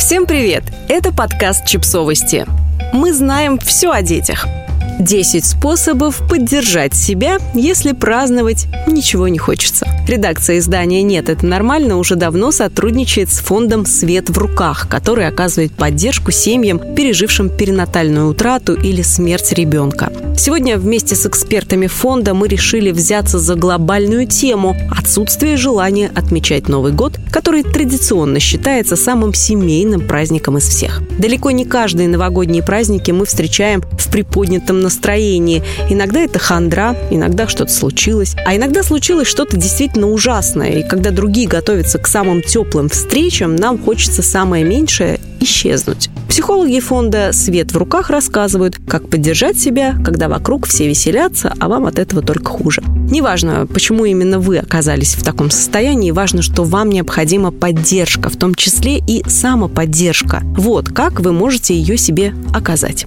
Всем привет! Это подкаст «Чипсовости». Мы знаем все о детях. 10 способов поддержать себя, если праздновать ничего не хочется. Редакция издания «Нет, это нормально» уже давно сотрудничает с фондом «Свет в руках», который оказывает поддержку семьям, пережившим перинатальную утрату или смерть ребенка. Сегодня вместе с экспертами фонда мы решили взяться за глобальную тему отсутствия желания отмечать Новый год, который традиционно считается самым семейным праздником из всех. Далеко не каждые новогодние праздники мы встречаем в приподнятом настроении. Иногда это хандра, иногда что-то случилось, а иногда случилось что-то действительно ужасное. И когда другие готовятся к самым теплым встречам, нам хочется самое меньшее – исчезнуть. Психологи фонда «Свет в руках» рассказывают, как поддержать себя, когда вокруг все веселятся, а вам от этого только хуже. Неважно, почему именно вы оказались в таком состоянии, важно, что вам необходима поддержка, в том числе и самоподдержка. Вот как вы можете ее себе оказать.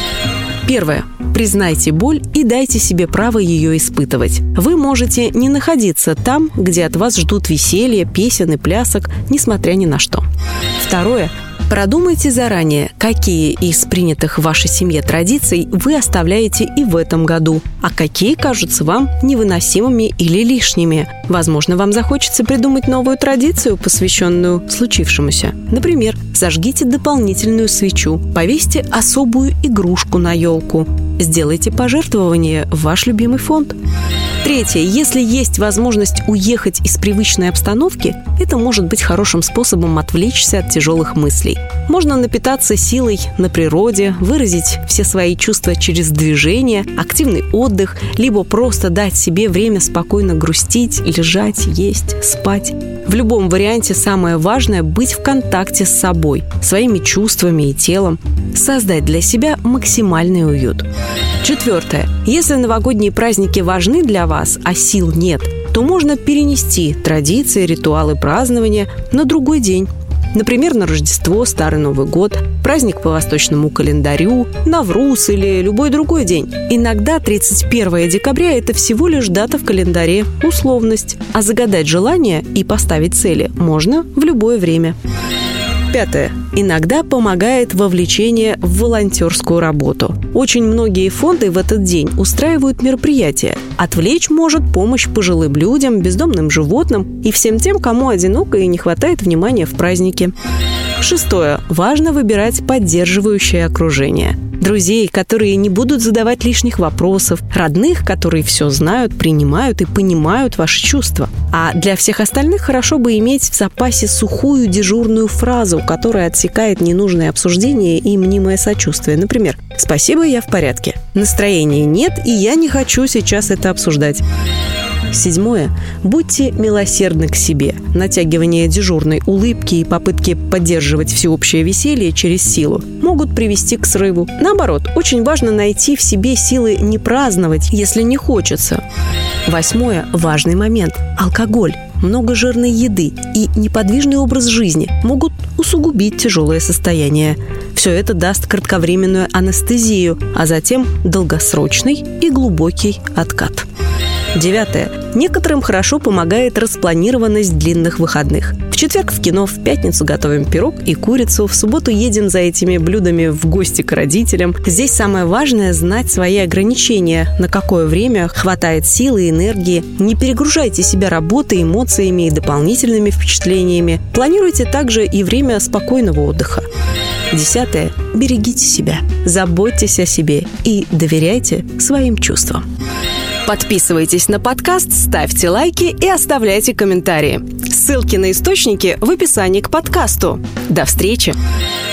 Первое. Признайте боль и дайте себе право ее испытывать. Вы можете не находиться там, где от вас ждут веселья, песен и плясок, несмотря ни на что. Второе. Продумайте заранее, какие из принятых в вашей семье традиций вы оставляете и в этом году, а какие кажутся вам невыносимыми или лишними. Возможно, вам захочется придумать новую традицию, посвященную случившемуся. Например, зажгите дополнительную свечу, повесьте особую игрушку на елку, сделайте пожертвование в ваш любимый фонд. Третье. Если есть возможность уехать из привычной обстановки, это может быть хорошим способом отвлечься от тяжелых мыслей. Можно напитаться силой на природе, выразить все свои чувства через движение, активный отдых, либо просто дать себе время спокойно грустить, лежать, есть, спать. В любом варианте самое важное – быть в контакте с собой, своими чувствами и телом, создать для себя максимальный уют. Четвертое. Если новогодние праздники важны для вас, а сил нет, то можно перенести традиции, ритуалы празднования на другой день. Например, на Рождество, Старый Новый год, праздник по восточному календарю, Навруз или любой другой день. Иногда 31 декабря – это всего лишь дата в календаре, условность. А загадать желания и поставить цели можно в любое время. Пятое. Иногда помогает вовлечение в волонтерскую работу. Очень многие фонды в этот день устраивают мероприятия. Отвлечь может помощь пожилым людям, бездомным животным и всем тем, кому одиноко и не хватает внимания в празднике. Шестое. Важно выбирать поддерживающее окружение. Друзей, которые не будут задавать лишних вопросов, родных, которые все знают, принимают и понимают ваши чувства. А для всех остальных хорошо бы иметь в запасе сухую дежурную фразу, которая отсекает ненужные обсуждения и мнимое сочувствие. Например, «Спасибо, я в порядке». «Настроения нет, и я не хочу сейчас это обсуждать». Седьмое. Будьте милосердны к себе. Натягивание дежурной улыбки и попытки поддерживать всеобщее веселье через силу могут привести к срыву. Наоборот, очень важно найти в себе силы не праздновать, если не хочется. Восьмое. Важный момент. Алкоголь, много жирной еды и неподвижный образ жизни могут усугубить тяжелое состояние. Все это даст кратковременную анестезию, а затем долгосрочный и глубокий откат. Девятое. Некоторым хорошо помогает распланированность длинных выходных. В четверг в кино, в пятницу готовим пирог и курицу, в субботу едем за этими блюдами в гости к родителям. Здесь самое важное – знать свои ограничения, на какое время хватает силы и энергии. Не перегружайте себя работой, эмоциями и дополнительными впечатлениями. Планируйте также и время спокойного отдыха. Десятое. Берегите себя, заботьтесь о себе и доверяйте своим чувствам. Подписывайтесь на подкаст, ставьте лайки и оставляйте комментарии. Ссылки на источники в описании к подкасту. До встречи!